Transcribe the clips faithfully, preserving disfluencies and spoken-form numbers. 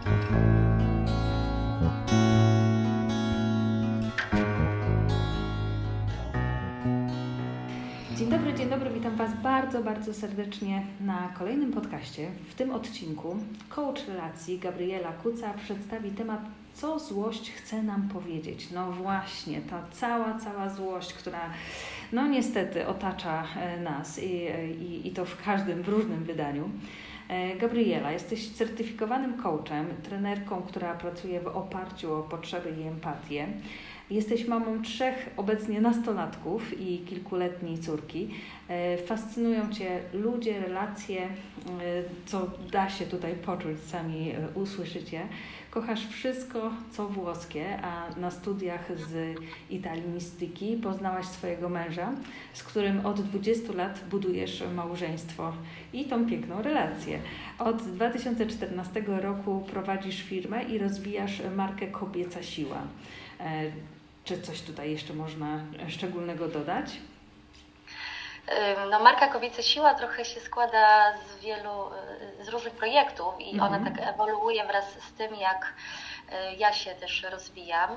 Dzień dobry, dzień dobry, witam Was bardzo, bardzo serdecznie na kolejnym podcaście. W tym odcinku coach relacji Gabriela Kuca przedstawi temat, co złość chce nam powiedzieć. No właśnie, ta cała, cała złość, która no niestety otacza nas i, i, i to w każdym, w różnym wydaniu. Gabriela, jesteś certyfikowanym coachem, trenerką, która pracuje w oparciu o potrzeby i empatię. Jesteś mamą trzech obecnie nastolatków i kilkuletniej córki. Fascynują Cię ludzie, relacje, co da się tutaj poczuć, sami usłyszycie. Kochasz wszystko, co włoskie, a na studiach z italinistyki poznałaś swojego męża, z którym od dwudziestu lat budujesz małżeństwo i tą piękną relację. Od dwa tysiące czternastego roku prowadzisz firmę i rozwijasz markę Kobieca Siła. Czy coś tutaj jeszcze można szczególnego dodać? No, marka Kobieca Siła trochę się składa z wielu, z różnych projektów i mhm. ona tak ewoluuje wraz z tym, jak ja się też rozwijam.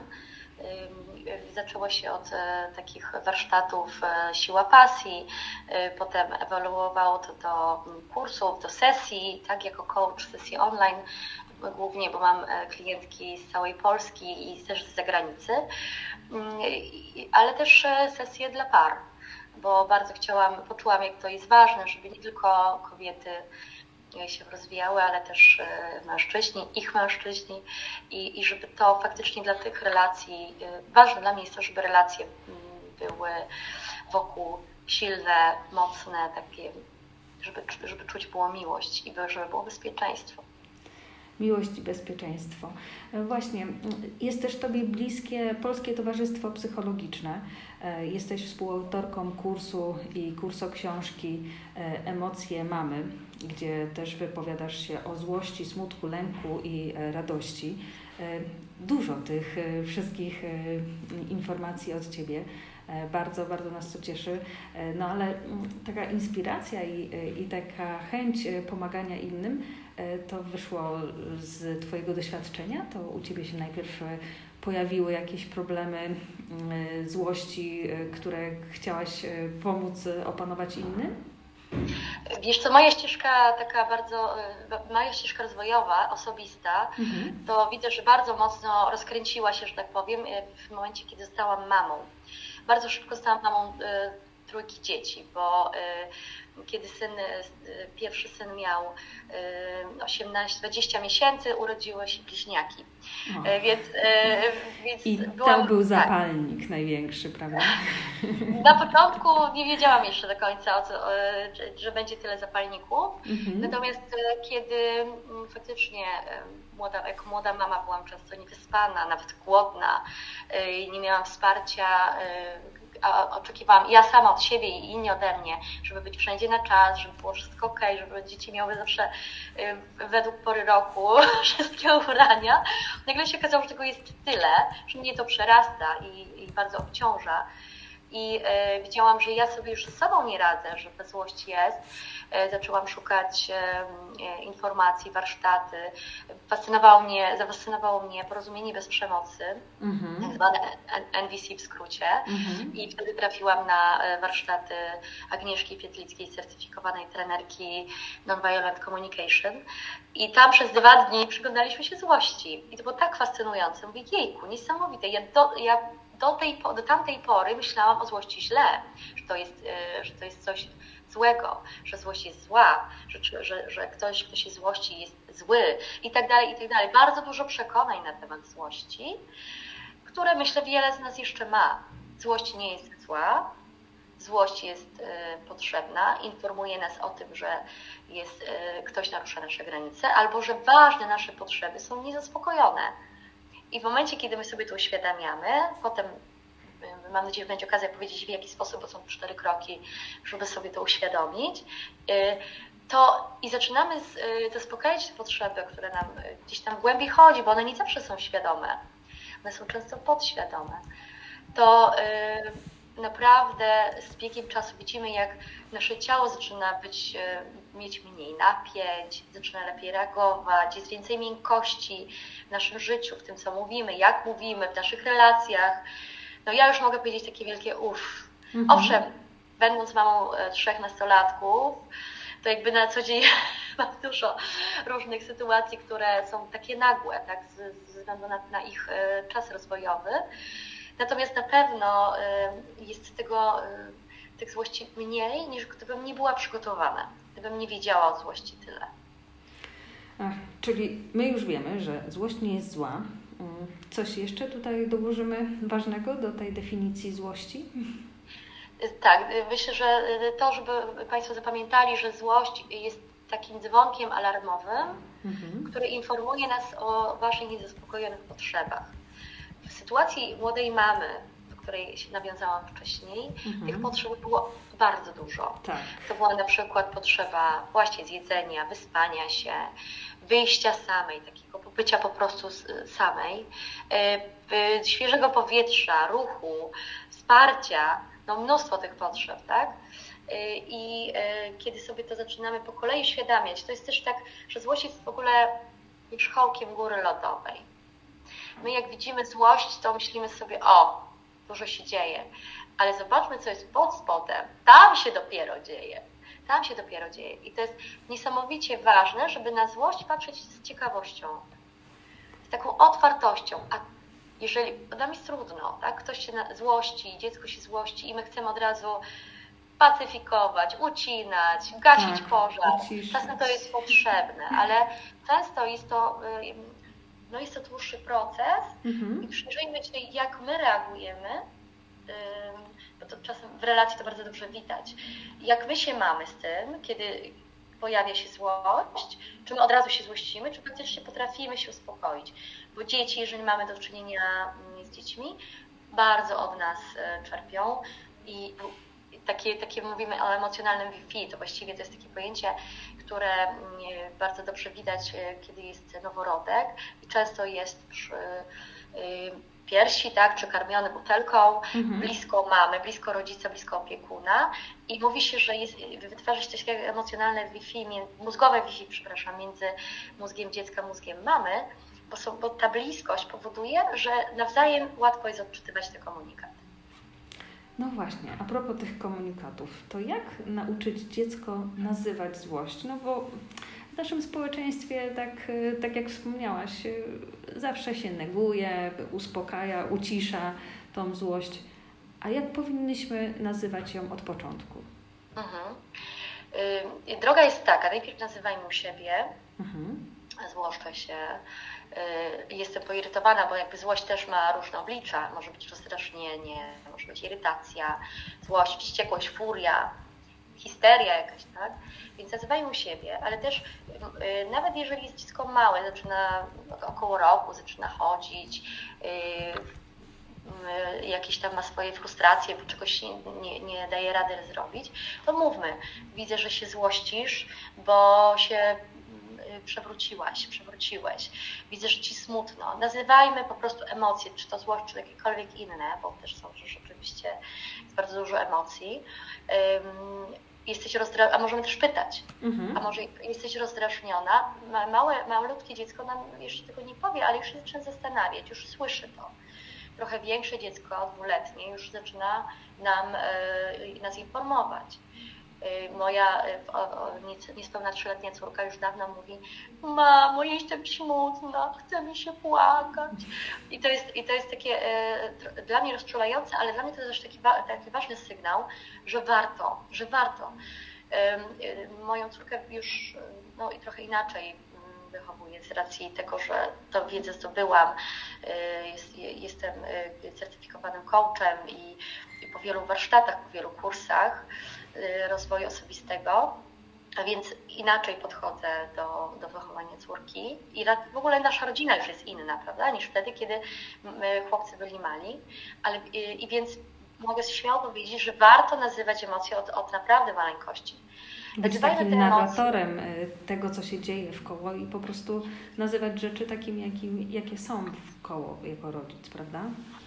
Zaczęło się od takich warsztatów Siła Pasji, potem ewoluowało to do kursów, do sesji, tak jako coach, sesji online, głównie, bo mam klientki z całej Polski i też z zagranicy, ale też sesje dla par, bo bardzo chciałam, poczułam, jak to jest ważne, żeby nie tylko kobiety się rozwijały, ale też mężczyźni, ich mężczyźni i, i żeby to faktycznie dla tych relacji, ważne dla mnie jest to, żeby relacje były wokół silne, mocne, takie, żeby, żeby czuć było miłość i żeby było bezpieczeństwo. Miłość i bezpieczeństwo. Właśnie, jest też Tobie bliskie Polskie Towarzystwo Psychologiczne. Jesteś współautorką kursu i kursoksiążki Emocje mamy, gdzie też wypowiadasz się o złości, smutku, lęku i radości. Dużo tych wszystkich informacji od Ciebie. Bardzo, bardzo nas to cieszy. No ale taka inspiracja i, i taka chęć pomagania innym, to wyszło z Twojego doświadczenia? To u Ciebie się najpierw pojawiły jakieś problemy złości, które chciałaś pomóc opanować innym? Wiesz co, moja ścieżka taka bardzo, moja ścieżka rozwojowa, osobista, mhm. to widzę, że bardzo mocno rozkręciła się, że tak powiem, w momencie, kiedy zostałam mamą. Bardzo szybko zostałam mamą y, trójki dzieci, bo y, kiedy syn, y, pierwszy syn miał y, osiemnaście dwadzieścia miesięcy, urodziły się bliźniaki. Y, więc, y, więc I byłam, to był zapalnik tak. największy, prawda? Na początku nie wiedziałam jeszcze do końca, o co, y, że, że będzie tyle zapalników. Mhm. Natomiast y, kiedy y, faktycznie y, Młoda, jako młoda mama byłam często niewyspana, nawet głodna, yy, nie miałam wsparcia, yy, a oczekiwałam ja sama od siebie i inni ode mnie, żeby być wszędzie na czas, żeby było wszystko okej, żeby dzieci miały zawsze yy, według pory roku wszystkie ubrania. Nagle się okazało, że tego jest tyle, że mnie to przerasta i, i bardzo obciąża. I yy, widziałam, że ja sobie już z sobą nie radzę, że ta złość jest. Zaczęłam szukać informacji, warsztaty. Fascynowało mnie, zafascynowało mnie porozumienie bez przemocy, mm-hmm. tak zwane N V C w skrócie. Mm-hmm. I wtedy trafiłam na warsztaty Agnieszki Pietlickiej, certyfikowanej trenerki Nonviolent Communication. I tam przez dwa dni przyglądaliśmy się złości. I to było tak fascynujące. Mówię, jejku, niesamowite. Ja do, ja do, tej, do tamtej pory myślałam o złości źle, że to jest, że to jest coś złego, że złość jest zła, że, że, że ktoś, kto się złości, jest zły i tak dalej, i tak dalej. Bardzo dużo przekonań na temat złości, które myślę wiele z nas jeszcze ma. Złość nie jest zła, złość jest y, potrzebna, informuje nas o tym, że jest, y, ktoś narusza nasze granice albo że ważne nasze potrzeby są niezaspokojone. I w momencie, kiedy my sobie to uświadamiamy, potem mam nadzieję, że będzie okazja powiedzieć, w jaki sposób, bo są cztery kroki, żeby sobie to uświadomić, to i zaczynamy zaspokajać te potrzeby, które nam gdzieś tam głębiej chodzi, bo one nie zawsze są świadome, one są często podświadome, to naprawdę z biegiem czasu widzimy, jak nasze ciało zaczyna być, mieć mniej napięć, zaczyna lepiej reagować, jest więcej miękkości w naszym życiu, w tym co mówimy, jak mówimy, w naszych relacjach. No ja już mogę powiedzieć takie wielkie uff. Mhm. Owszem, będąc mamą trzech nastolatków, to jakby na co dzień mam dużo różnych sytuacji, które są takie nagłe, tak, ze względu na, na ich czas rozwojowy. Natomiast na pewno jest tego, tych złości mniej, niż gdybym nie była przygotowana, gdybym nie wiedziała o złości tyle. Ach, czyli my już wiemy, że złość nie jest zła. Coś jeszcze tutaj dołożymy ważnego do tej definicji złości? Tak, myślę, że to, żeby Państwo zapamiętali, że złość jest takim dzwonkiem alarmowym, mhm. który informuje nas o Waszych niezaspokojonych potrzebach. W sytuacji młodej mamy, do której się nawiązałam wcześniej, mhm. tych potrzeb było bardzo dużo. Tak. To była na przykład potrzeba właśnie zjedzenia, wyspania się, wyjścia samej, takiego bycia po prostu samej, świeżego powietrza, ruchu, wsparcia, no mnóstwo tych potrzeb, tak? I kiedy sobie to zaczynamy po kolei uświadamiać, to jest też tak, że złość jest w ogóle wierzchołkiem góry lodowej. My jak widzimy złość, to myślimy sobie, o, dużo się dzieje, ale zobaczmy, co jest pod spodem, tam się dopiero dzieje, tam się dopiero dzieje. I to jest niesamowicie ważne, żeby na złość patrzeć z ciekawością, z taką otwartością, a jeżeli, nam jest trudno, tak, ktoś się na złości, dziecko się złości i my chcemy od razu pacyfikować, ucinać, gasić tak, pożar, uciszać. Czasem to jest potrzebne, ale często jest to no jest to dłuższy proces mhm. i przyjrzyjmy się, jak my reagujemy, bo to czasem w relacji to bardzo dobrze widać, jak my się mamy z tym, kiedy pojawia się złość, czy my od razu się złościmy, czy faktycznie potrafimy się uspokoić, bo dzieci, jeżeli mamy do czynienia z dziećmi, bardzo od nas czerpią i takie, takie mówimy o emocjonalnym Wi-Fi, to właściwie to jest takie pojęcie, które bardzo dobrze widać, kiedy jest noworodek i często jest przy piersi, tak, czy karmiony butelką, mhm. blisko mamy, blisko rodzica, blisko opiekuna i mówi się, że jest, wytwarza się coś takiego emocjonalne Wi-Fi, mózgowe Wi-Fi, przepraszam, między mózgiem dziecka, mózgiem mamy, bo, są, bo ta bliskość powoduje, że nawzajem łatwo jest odczytywać te komunikaty. No właśnie, a propos tych komunikatów, to jak nauczyć dziecko nazywać złość? No bo w naszym społeczeństwie, tak, tak jak wspomniałaś, zawsze się neguje, uspokaja, ucisza tą złość. A jak powinnyśmy nazywać ją od początku? Mhm. Droga jest taka, najpierw nazywajmy u siebie, mhm. złoszczę się, jestem poirytowana, bo jakby złość też ma różne oblicza. Może być rozdrażnienie, może być irytacja, złość, wściekłość, furia, histeria jakaś, tak? Więc nazywajmy u siebie, ale też nawet jeżeli jest dziecko małe, zaczyna około roku, zaczyna chodzić, jakieś tam ma swoje frustracje, bo czegoś nie, nie, nie daje rady zrobić, to mówmy, widzę, że się złościsz, bo się przewróciłaś, przewróciłeś, widzę, że ci smutno. Nazywajmy po prostu emocje, czy to złość, czy jakiekolwiek inne, bo też są, że rzeczywiście jest bardzo dużo emocji. Um, jesteś rozdra- a możemy też pytać, mhm. a może jesteś rozdrażniona? Małe, malutkie dziecko nam jeszcze tego nie powie, ale już się zaczyna zastanawiać, już słyszy to. Trochę większe dziecko, dwuletnie, już zaczyna nam, e, nas informować. Moja niespełna trzyletnia córka już dawno mówi: mamo, jestem smutna, chce mi się płakać. I to jest, i to jest takie e, dla mnie rozczulające, ale dla mnie to jest też taki, taki ważny sygnał, że warto, że warto. E, moją córkę już no, i trochę inaczej wychowuję z racji tego, że tę wiedzę zdobyłam. E, jest, jestem certyfikowanym coachem i, i po wielu warsztatach, po wielu kursach rozwoju osobistego, a więc inaczej podchodzę do, do wychowania córki i w ogóle nasza rodzina już jest inna, prawda, niż wtedy, kiedy my, chłopcy byli mali, ale i, i więc mogę śmiało powiedzieć, że warto nazywać emocje od, od naprawdę maleńkości. Być takim narratorem tego, co się dzieje wkoło i po prostu nazywać rzeczy takimi, jakim, jakie są wkoło jako rodzic, prawda?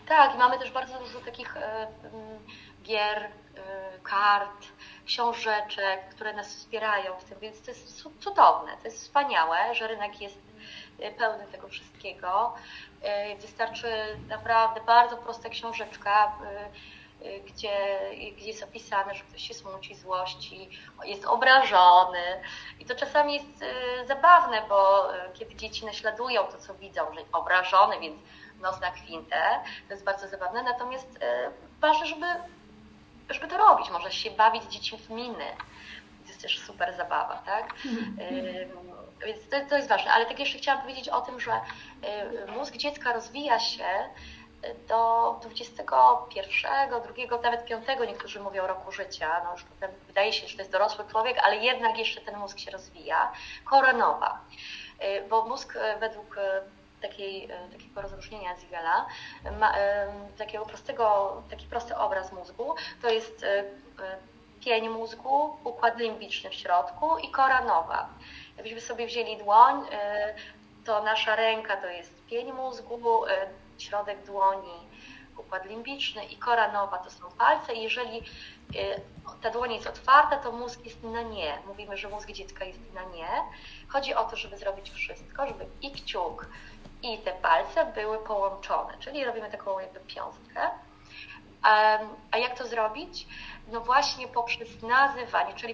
Tak, i mamy też bardzo dużo takich e, gier, e, kart, książeczek, które nas wspierają w tym, więc to jest cudowne, to jest wspaniałe, że rynek jest pełny tego wszystkiego. E, wystarczy naprawdę bardzo prosta książeczka, e, gdzie, gdzie jest opisane, że ktoś się smuci, złości, jest obrażony. I to czasami jest e, zabawne, bo e, kiedy dzieci naśladują to, co widzą, że obrażony, więc nos na kwintę, to jest bardzo zabawne, natomiast e, ważne, żeby, żeby to robić, może się bawić z dziećmi w miny, to jest też super zabawa, tak? E, więc to, to jest ważne, ale tak jeszcze chciałam powiedzieć o tym, że e, mózg dziecka rozwija się do dwudziestego pierwszego, drugiego, nawet piątego, niektórzy mówią roku życia, no już potem wydaje się, że to jest dorosły człowiek, ale jednak jeszcze ten mózg się rozwija, kora nowa, e, bo mózg e, według Takiej, takiego rozróżnienia Ziegela, ma, takiego prostego, taki prosty obraz mózgu, to jest pień mózgu, układ limbiczny w środku i kora nowa. Jakbyśmy sobie wzięli dłoń, to nasza ręka to jest pień mózgu, środek dłoni, układ limbiczny i kora nowa to są palce i jeżeli ta dłoń jest otwarta, to mózg jest na nie. Mówimy, że mózg dziecka jest na nie. Chodzi o to, żeby zrobić wszystko, żeby i kciuk, i te palce były połączone, czyli robimy taką jakby piąstkę. A jak to zrobić? No właśnie poprzez nazywanie, czyli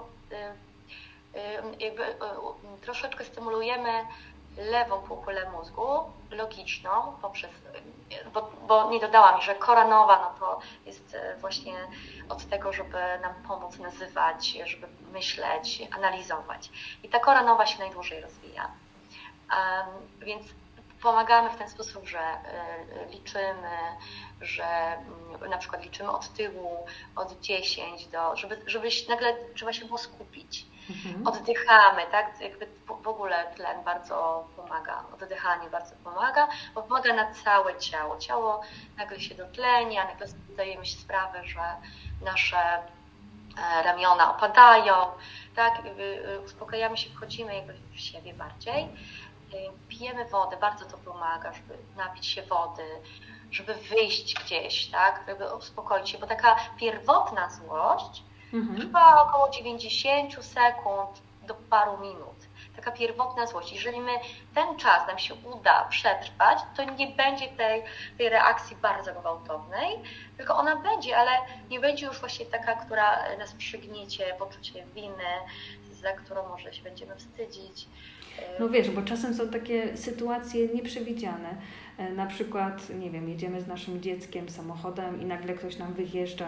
jakby troszeczkę stymulujemy lewą półkulę mózgu, logiczną, poprzez, bo, bo nie dodałam, że kora nowa, no to jest właśnie od tego, żeby nam pomóc nazywać, żeby myśleć, analizować. I ta kora nowa się najdłużej rozwija. Um, więc pomagamy w ten sposób, że liczymy, że na przykład liczymy od tyłu, od dziesięć do, żeby, żeby nagle trzeba się było skupić. Mhm. Oddychamy, tak? Jakby w ogóle tlen bardzo pomaga, oddychanie bardzo pomaga, bo pomaga na całe ciało. Ciało nagle się dotlenia, nagle zdajemy sobie sprawę, że nasze ramiona opadają, tak? Uspokajamy się, wchodzimy jakby w siebie bardziej. Pijemy wodę, bardzo to pomaga, żeby napić się wody, żeby wyjść gdzieś, tak, żeby uspokoić się, bo taka pierwotna złość mhm. trwa około dziewięćdziesiąt sekund do paru minut. Taka pierwotna złość. Jeżeli my ten czas nam się uda przetrwać, to nie będzie tej, tej reakcji bardzo gwałtownej, tylko ona będzie, ale nie będzie już właśnie taka, która nas przygniecie, poczucie winy, za którą może się będziemy wstydzić. No wiesz, bo czasem są takie sytuacje nieprzewidziane. Na przykład, nie wiem, jedziemy z naszym dzieckiem samochodem i nagle ktoś nam wyjeżdża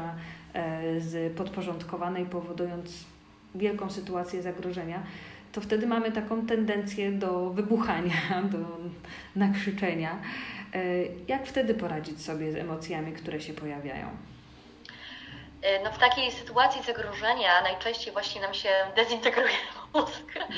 z podporządkowanej, powodując wielką sytuację zagrożenia, to wtedy mamy taką tendencję do wybuchania, do nakrzyczenia. Jak wtedy poradzić sobie z emocjami, które się pojawiają? No w takiej sytuacji zagrożenia najczęściej właśnie nam się dezintegruje mózg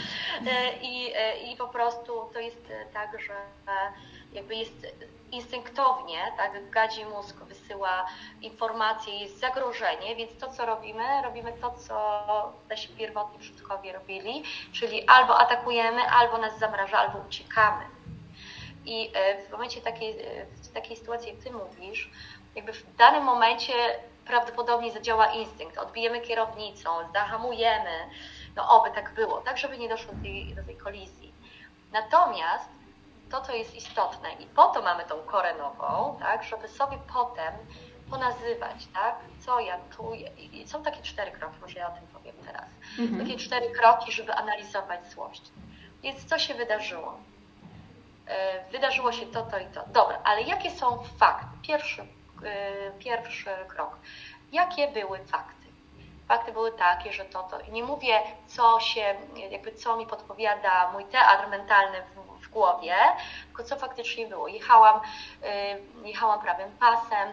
i, i po prostu to jest tak, że jakby jest instynktownie, tak, gadzi mózg wysyła informacje, jest zagrożenie, więc to co robimy, robimy to co nasi pierwotni przodkowie robili, czyli albo atakujemy, albo nas zamraża, albo uciekamy. I w momencie takiej, w takiej sytuacji, jak Ty mówisz, jakby w danym momencie prawdopodobnie zadziała instynkt, odbijemy kierownicą, zahamujemy, no oby tak było, tak żeby nie doszło do tej, do tej kolizji. Natomiast to, co jest istotne i po to mamy tą korę nową, tak, żeby sobie potem ponazywać, tak, co ja czuję. I są takie cztery kroki, może ja o tym powiem teraz. Mhm. Takie cztery kroki, żeby analizować złość. Więc co się wydarzyło? Wydarzyło się to, to i to. Dobra, ale jakie są fakty? Pierwszy Pierwszy krok. Jakie były fakty? Fakty były takie, że to, to. Nie mówię, co się, jakby co mi podpowiada mój teatr mentalny w, w głowie, tylko co faktycznie było. Jechałam, jechałam prawym pasem,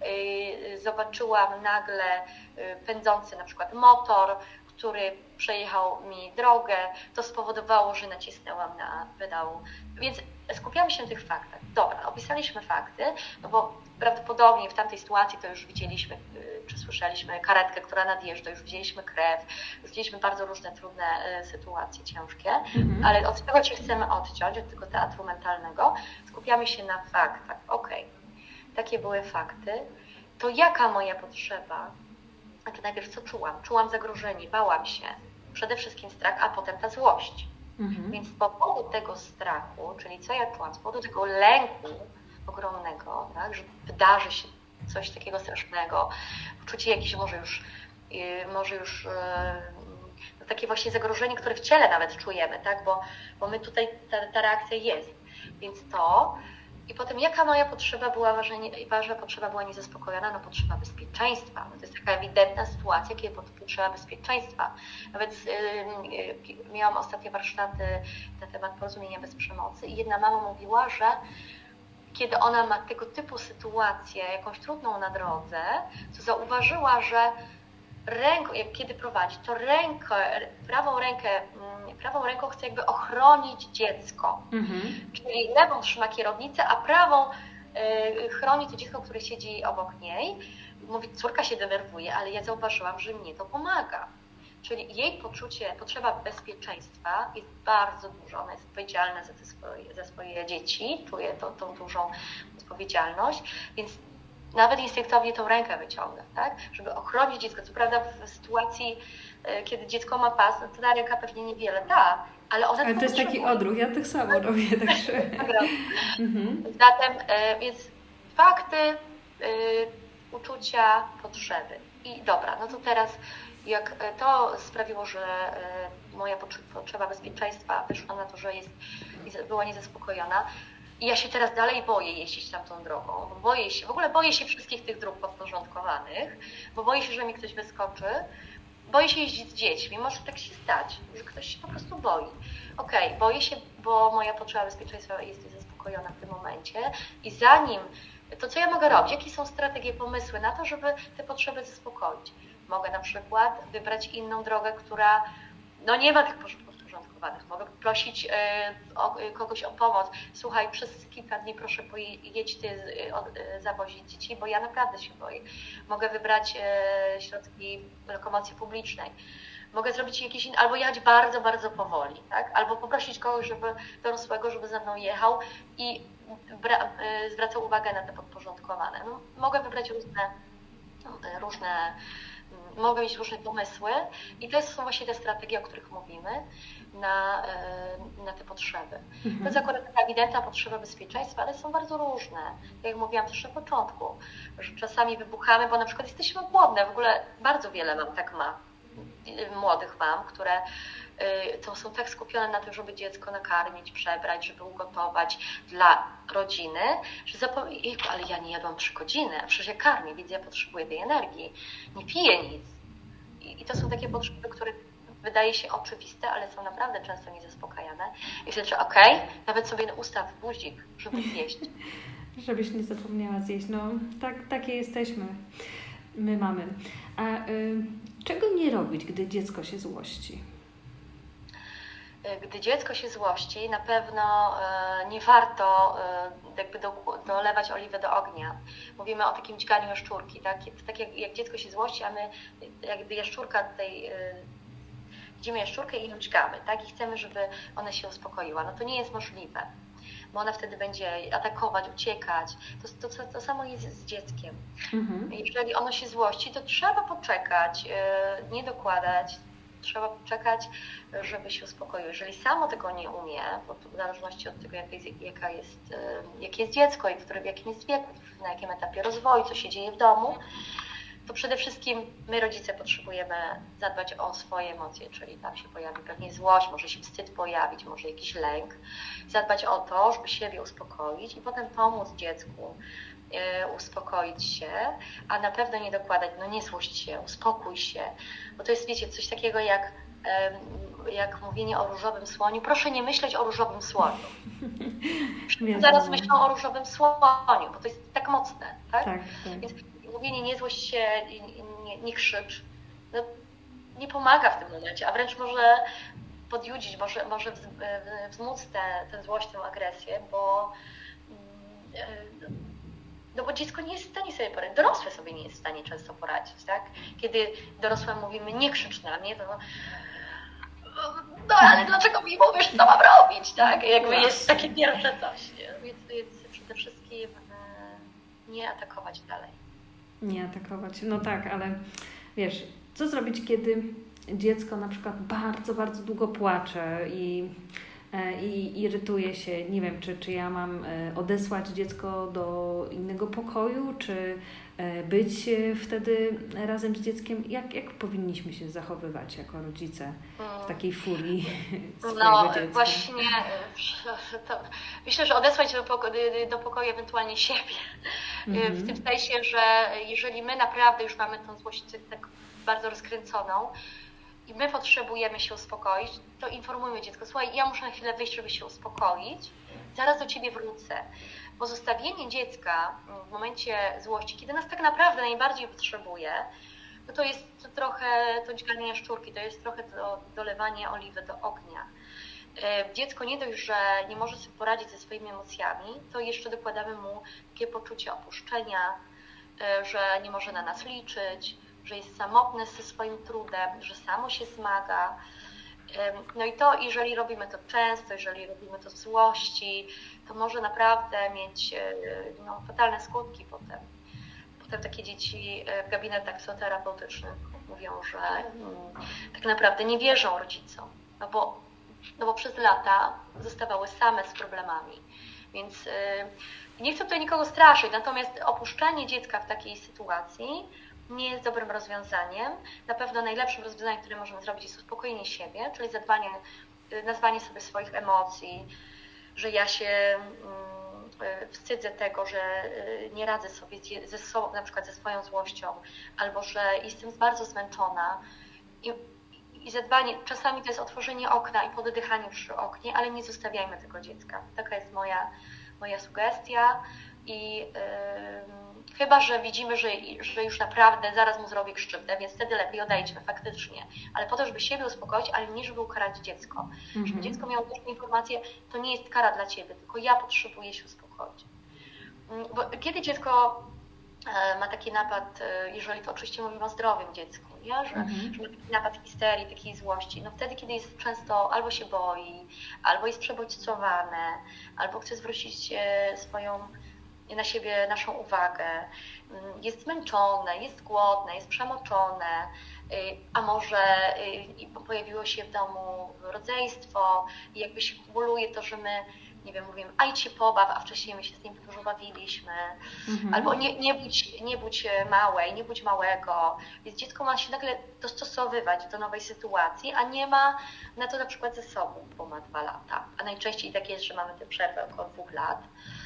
zobaczyłam nagle pędzący na przykład motor, który przejechał mi drogę, to spowodowało, że nacisnęłam na pedał. Więc skupiamy się na tych faktach. Dobra, opisaliśmy fakty, no bo prawdopodobnie w tamtej sytuacji to już widzieliśmy, czy słyszeliśmy karetkę, która nadjeżdża, już widzieliśmy krew, już widzieliśmy bardzo różne trudne sytuacje ciężkie, mhm. ale od tego się chcemy odciąć, od tego teatru mentalnego, skupiamy się na faktach. Okej, takie były fakty, to jaka moja potrzeba, znaczy najpierw co czułam? Czułam zagrożenie, bałam się, przede wszystkim strach, a potem ta złość. Mhm. Więc z powodu tego strachu, czyli co ja czułam, z powodu tego lęku ogromnego, tak, że wydarzy się coś takiego strasznego, poczucie jakieś może już, może już no takie właśnie zagrożenie, które w ciele nawet czujemy, tak, bo, bo my tutaj, ta, ta reakcja jest. Więc to i potem jaka moja potrzeba była, ważna, ważna potrzeba była niezaspokojona, no potrzeba bezpieczeństwa. No to jest taka ewidentna sytuacja, kiedy potrzeba bezpieczeństwa. Nawet yy, yy, miałam ostatnie warsztaty na temat porozumienia bez przemocy i jedna mama mówiła, że kiedy ona ma tego typu sytuację, jakąś trudną na drodze, to zauważyła, że ręką, jak kiedy prowadzi, to rękę, prawą rękę, prawą ręką chce jakby ochronić dziecko. Mhm. Czyli lewą trzyma kierownicę, a prawą y, chroni to dziecko, które siedzi obok niej. Mówi, córka się denerwuje, ale ja zauważyłam, że mnie to pomaga. Czyli jej poczucie, potrzeba bezpieczeństwa jest bardzo duża. Ona jest odpowiedzialna za, te swoje, za swoje dzieci, czuje to, tą dużą odpowiedzialność, więc nawet instynktownie tą rękę wyciąga, tak? Żeby ochronić dziecko. Co prawda w sytuacji, kiedy dziecko ma pas, no to ta ręka pewnie niewiele da, ale ona ale to jest taki odruch, ja tak samo robię. Także. mhm. Zatem, więc fakty, uczucia, potrzeby. I dobra, no to teraz jak to sprawiło, że moja potrzeba bezpieczeństwa wyszła na to, że jest, była niezaspokojona, i ja się teraz dalej boję jeździć tamtą drogą, bo boję się, w ogóle boję się wszystkich tych dróg podporządkowanych, bo boję się, że mi ktoś wyskoczy, boję się jeździć z dziećmi, może tak się stać, że ktoś się po prostu boi. Okej, okay, boję się, bo moja potrzeba bezpieczeństwa jest niezaspokojona w tym momencie i zanim, to co ja mogę robić? Jakie są strategie, pomysły na to, żeby te potrzeby zaspokoić? Mogę na przykład wybrać inną drogę, która no nie ma tych porządków. Mogę prosić y, o, kogoś o pomoc. Słuchaj, przez kilka dni proszę jedź ty y, y, zawozić dzieci, bo ja naprawdę się boję. Mogę wybrać y, środki lokomocji publicznej. Mogę zrobić jakieś inne, albo jechać bardzo, bardzo powoli, tak? Albo poprosić kogoś, żeby dorosłego, żeby ze mną jechał i bra, y, zwracał uwagę na te podporządkowane. No, mogę wybrać różne, no, różne mogę mieć różne pomysły i to są właśnie te strategie, o których mówimy, na, na te potrzeby. Mhm. To jest akurat taka ewidentna potrzeba bezpieczeństwa, ale są bardzo różne. Tak jak mówiłam też na początku, że czasami wybuchamy, bo na przykład jesteśmy głodne. W ogóle bardzo wiele mam tak ma, młodych mam, które to są tak skupione na tym, żeby dziecko nakarmić, przebrać, żeby ugotować dla rodziny, że zapomnieli, ale ja nie jadłam trzy godziny, a przecież ja karmię, więc ja potrzebuję tej energii, nie piję nic. I, i to są takie potrzeby, które wydaje się oczywiste, ale są naprawdę często niezaspokajane. I wtedy, że okej, okay, nawet sobie ustaw buzik, żeby zjeść. Żebyś nie zapomniała zjeść. No, tak, takie jesteśmy. My mamy. A y, czego nie robić, gdy dziecko się złości? Gdy dziecko się złości, na pewno nie warto jakby do, dolewać oliwy do ognia. Mówimy o takim dźganiu jaszczurki, tak? Tak jak, jak dziecko się złości, a my jakby jaszczurka tutaj, widzimy jaszczurkę i ją dźgamy, tak? I chcemy, żeby ona się uspokoiła. No to nie jest możliwe, bo ona wtedy będzie atakować, uciekać. To, to, to samo jest z dzieckiem. Mhm. Jeżeli ono się złości, to trzeba poczekać, nie dokładać, trzeba poczekać, żeby się uspokoiło. Jeżeli samo tego nie umie, bo to w zależności od tego, jaka jest, jaka jest, jakie jest dziecko i w, którym, w jakim jest wieku, na jakim etapie rozwoju, co się dzieje w domu, to przede wszystkim my, rodzice, potrzebujemy zadbać o swoje emocje, czyli tam się pojawi pewnie złość, może się wstyd pojawić, może jakiś lęk. Zadbać o to, żeby siebie uspokoić i potem pomóc dziecku uspokoić się, a na pewno nie dokładać, no nie złość się, uspokój się, bo to jest, wiecie, coś takiego jak, jak mówienie o różowym słoniu. Proszę nie myśleć o różowym słoniu. Zaraz myślą o różowym słoniu, bo to jest tak mocne, tak? tak, tak. Więc mówienie nie złość się, nie, nie krzycz, no, nie pomaga w tym momencie, a wręcz może podjudzić, może, może wzmóc tę złość, tę agresję, bo No bo dziecko nie jest w stanie sobie poradzić, dorosłe sobie nie jest w stanie często poradzić, tak? Kiedy dorosłym mówimy, nie krzycz na mnie, to no ale dlaczego mi mówisz, co mam robić, tak? Jakby jest takie pierwsze coś, nie? Więc, więc przede wszystkim nie atakować dalej. Nie atakować, no tak, ale wiesz, co zrobić, kiedy dziecko na przykład bardzo, bardzo długo płacze i, i irytuje się, nie wiem, czy, czy ja mam odesłać dziecko do innego pokoju, czy być wtedy razem z dzieckiem. Jak, jak powinniśmy się zachowywać jako rodzice w takiej furii swojego no, dziecka? No właśnie, to myślę, że odesłać do pokoju, do pokoju ewentualnie siebie. Mhm. W tym sensie, że jeżeli my naprawdę już mamy tą złość tak bardzo rozkręconą i my potrzebujemy się uspokoić, to informujmy dziecko, słuchaj, ja muszę na chwilę wyjść, żeby się uspokoić, zaraz do ciebie wrócę. Bo zostawienie dziecka w momencie złości, kiedy nas tak naprawdę najbardziej potrzebuje, no to jest to trochę to dźganie jaszczurki, to jest trochę to dolewanie oliwy do ognia. Dziecko nie dość, że nie może sobie poradzić ze swoimi emocjami, to jeszcze dokładamy mu takie poczucie opuszczenia, że nie może na nas liczyć, że jest samotny ze swoim trudem, że samo się zmaga. No i to, jeżeli robimy to często, jeżeli robimy to z złości, to może naprawdę mieć no, fatalne skutki potem. Potem takie dzieci w gabinetach psychoterapeutycznych mówią, że tak naprawdę nie wierzą rodzicom, no bo, no bo przez lata zostawały same z problemami. Więc nie chcę tutaj nikogo straszyć, natomiast opuszczenie dziecka w takiej sytuacji nie jest dobrym rozwiązaniem. Na pewno najlepszym rozwiązaniem, które możemy zrobić, jest uspokojenie siebie, czyli zadbanie, nazwanie sobie swoich emocji, że ja się wstydzę tego, że nie radzę sobie ze sobą, na przykład ze swoją złością, albo że jestem bardzo zmęczona. I, i zadbanie, czasami to jest otworzenie okna i poddychanie przy oknie, ale nie zostawiajmy tego dziecka. Taka jest moja, moja sugestia. I yy, chyba że widzimy, że, że już naprawdę zaraz mu zrobię krzywdę, więc wtedy lepiej odejdźmy faktycznie. Ale po to, żeby siebie uspokoić, ale nie żeby ukarać dziecko. Mm-hmm. Żeby dziecko miało też informację, to nie jest kara dla ciebie, tylko ja potrzebuję się uspokoić. Bo kiedy dziecko ma taki napad, jeżeli to oczywiście mówimy o zdrowym dziecku, nie? Że, mm-hmm. że ma taki napad histerii, takiej złości, no wtedy, kiedy jest często albo się boi, albo jest przebodźcowane, albo chce zwrócić swoją na siebie naszą uwagę, jest zmęczone, jest głodne, jest przemoczone, a może pojawiło się w domu rodzeństwo i jakby się kumuluje to, że my, nie wiem, mówimy, a idź się pobaw, a wcześniej my się z nim dużo bawiliśmy, mhm. albo nie, nie, budź, nie budź małej, nie budź małego, więc dziecko ma się nagle dostosowywać do nowej sytuacji, a nie ma na to na przykład zasobu, bo ma dwa lata, a najczęściej tak jest, że mamy tę przerwę około dwóch lat,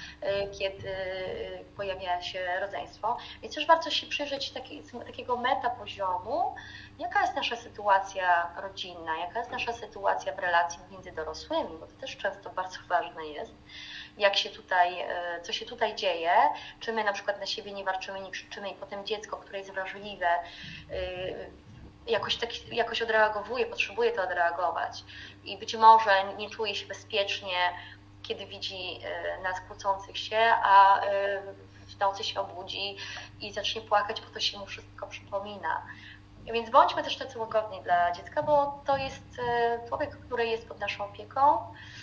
kiedy pojawia się rodzeństwo. Więc też warto się przyjrzeć taki, takiego metapoziomu, jaka jest nasza sytuacja rodzinna, jaka jest nasza sytuacja w relacji między dorosłymi, bo to też często bardzo ważne jest, jak się tutaj, co się tutaj dzieje, czy my na przykład na siebie nie warczymy, nie krzyczymy i potem dziecko, które jest wrażliwe, jakoś, tak, jakoś odreagowuje, potrzebuje to odreagować i być może nie czuje się bezpiecznie, kiedy widzi nas kłócących się, a w nocy się obudzi i zacznie płakać, bo to się mu wszystko przypomina. Więc bądźmy też tacy łagodni dla dziecka, bo to jest człowiek, który jest pod naszą opieką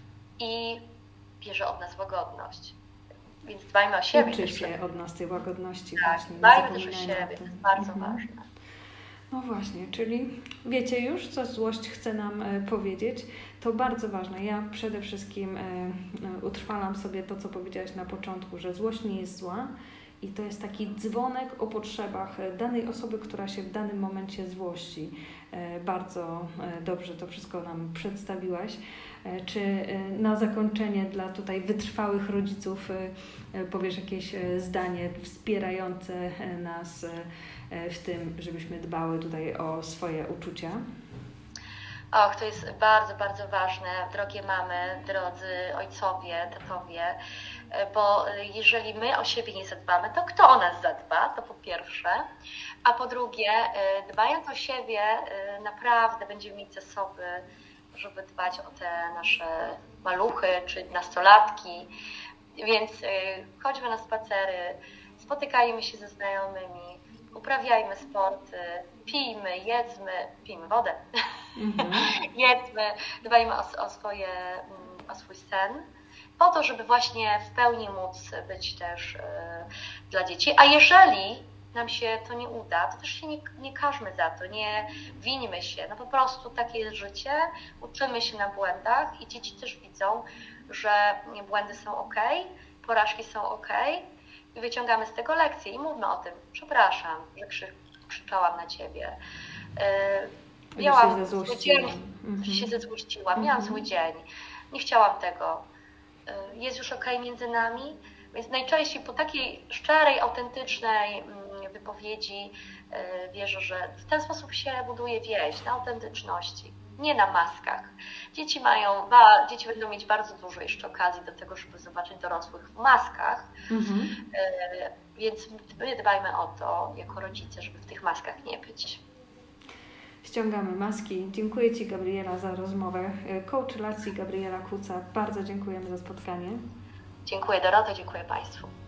i bierze od nas łagodność. Więc dbajmy o siebie. Uczy się od nas tej łagodności. Tak, właśnie, dbajmy też o siebie, to jest bardzo mhm. ważne. No właśnie, czyli wiecie już, co złość chce nam e, powiedzieć. To bardzo ważne. Ja przede wszystkim e, e, utrwalam sobie to, co powiedziałaś na początku, że złość nie jest zła i to jest taki dzwonek o potrzebach danej osoby, która się w danym momencie złości. E, bardzo e, dobrze to wszystko nam przedstawiłaś. E, czy e, na zakończenie dla tutaj wytrwałych rodziców e, powiesz jakieś e, zdanie wspierające e, nas e, w tym, żebyśmy dbały tutaj o swoje uczucia? Och, to jest bardzo, bardzo ważne, drogie mamy, drodzy ojcowie, tatowie, bo jeżeli my o siebie nie zadbamy, to kto o nas zadba? To po pierwsze. A po drugie, dbając o siebie, naprawdę będziemy mieć zasoby, żeby dbać o te nasze maluchy czy nastolatki. Więc chodźmy na spacery, spotykajmy się ze znajomymi, uprawiajmy sporty, pijmy, jedzmy, pijmy wodę, mm-hmm. jedzmy, dbajmy o, o, swoje, o swój sen, po to, żeby właśnie w pełni móc być też dla dzieci. A jeżeli nam się to nie uda, to też się nie, nie karzmy za to, nie winimy się. No po prostu takie jest życie, uczymy się na błędach i dzieci też widzą, że błędy są ok, porażki są ok i wyciągamy z tego lekcje i mówmy o tym. Przepraszam, że krzy, krzyczałam na ciebie. Yy, miałam zły dzień, mm-hmm. się zezłościłam, mm-hmm. miałam zły dzień, nie chciałam tego. Yy, jest już ok między nami. Więc najczęściej po takiej szczerej, autentycznej wypowiedzi wierzę, że w ten sposób się buduje więź, na autentyczności, nie na maskach. Dzieci mają, dzieci będą mieć bardzo dużo jeszcze okazji do tego, żeby zobaczyć dorosłych w maskach, mm-hmm. więc my dbajmy o to jako rodzice, żeby w tych maskach nie być. Ściągamy maski. Dziękuję Ci, Gabriela, za rozmowę. Coach relacji Gabriela Kuca, bardzo dziękujemy za spotkanie. Dziękuję, Dorota, dziękuję Państwu.